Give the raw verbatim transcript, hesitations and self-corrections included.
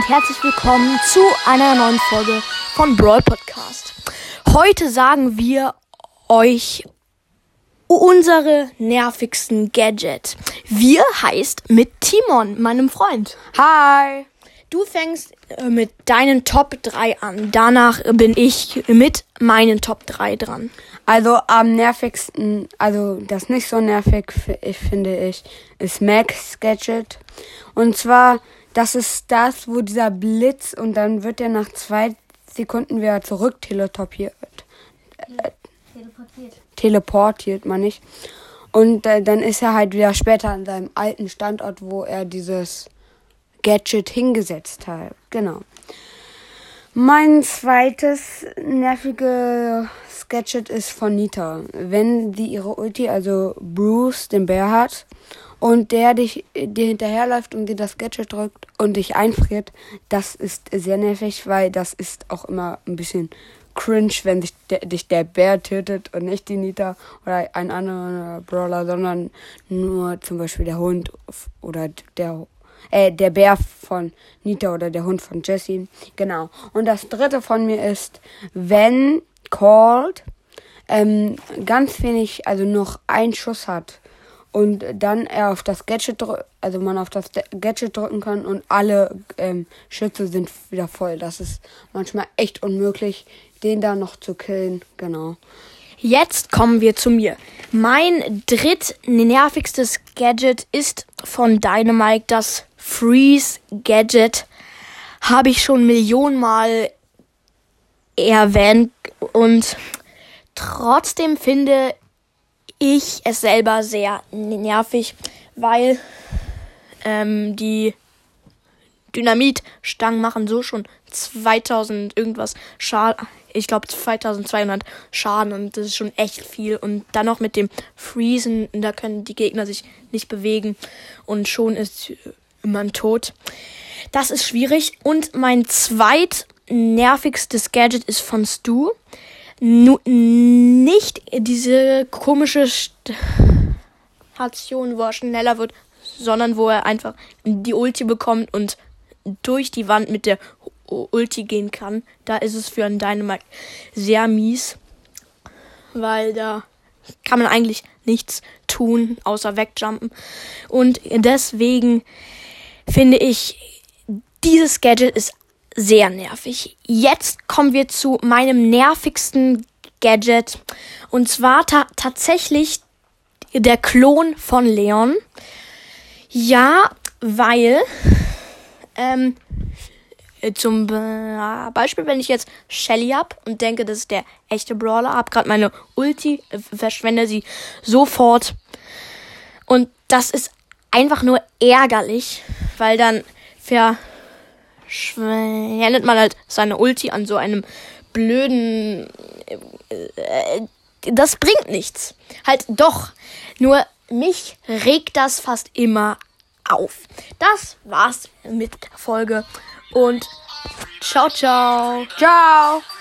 und herzlich willkommen zu einer neuen Folge von Brawl Podcast. Heute sagen wir euch unsere nervigsten Gadget. Wir heißt mit Timon, meinem Freund. Hi! Du fängst äh, mit deinen Top drei an. Danach bin ich mit meinen Top drei dran. Also am nervigsten, also das nicht so nervig, ich finde ich, ist Max Gadget. Und zwar, das ist das, wo dieser Blitz und dann wird er nach zwei Sekunden wieder zurück teleportiert. Äh, teleportiert. Teleportiert, man nicht. Und äh, dann ist er halt wieder später an seinem alten Standort, wo er dieses Gadget hingesetzt hat. Genau. Mein zweites nerviges Gadget ist von Nita. Wenn die ihre Ulti, also Bruce, den Bär hat, und der dich dir hinterherläuft und dir das Gadget drückt und dich einfriert, das ist sehr nervig, weil das ist auch immer ein bisschen cringe, wenn dich der, dich der Bär tötet und nicht die Nita oder ein anderer Brawler, sondern nur zum Beispiel der Hund oder der Äh, der Bär von Nita oder der Hund von Jessie. Genau. Und das dritte von mir ist, wenn Colt ähm, ganz wenig, also noch einen Schuss hat und dann er auf das Gadget drückt, also man auf das Gadget drücken kann und alle ähm, Schütze sind wieder voll. Das ist manchmal echt unmöglich, den da noch zu killen. Genau. Jetzt kommen wir zu mir. Mein drittnervigstes Gadget ist von Dynamite das Freeze Gadget. Habe ich schon Millionenmal erwähnt und trotzdem finde ich es selber sehr nervig, weil ähm, die Dynamitstangen machen so schon zweitausend irgendwas Schaden. Ich glaube zweitausendzweihundert Schaden und das ist schon echt viel. Und dann noch mit dem Freezen, da können die Gegner sich nicht bewegen und schon ist man tot. Das ist schwierig. Und mein zweitnervigstes Gadget ist von Stu. Nu- nicht diese komische Station, wo er schneller wird, sondern wo er einfach die Ulti bekommt und durch die Wand mit der Ulti gehen kann. Da ist es für einen Dynamite sehr mies, weil da kann man eigentlich nichts tun, außer wegjumpen. Und deswegen finde ich, dieses Gadget ist sehr nervig. Jetzt kommen wir zu meinem nervigsten Gadget. Und zwar ta- tatsächlich der Klon von Leon. Ja, weil ähm, zum Beispiel, wenn ich jetzt Shelly hab und denke, das ist der echte Brawler, hab gerade meine Ulti, äh, verschwende sie sofort. Und das ist einfach nur ärgerlich, weil dann verschwendet man halt seine Ulti an so einem blöden... Äh, das bringt nichts. Halt doch. Nur mich regt das fast immer auf. Das war's mit der Folge. Und ciao, ciao. Ciao!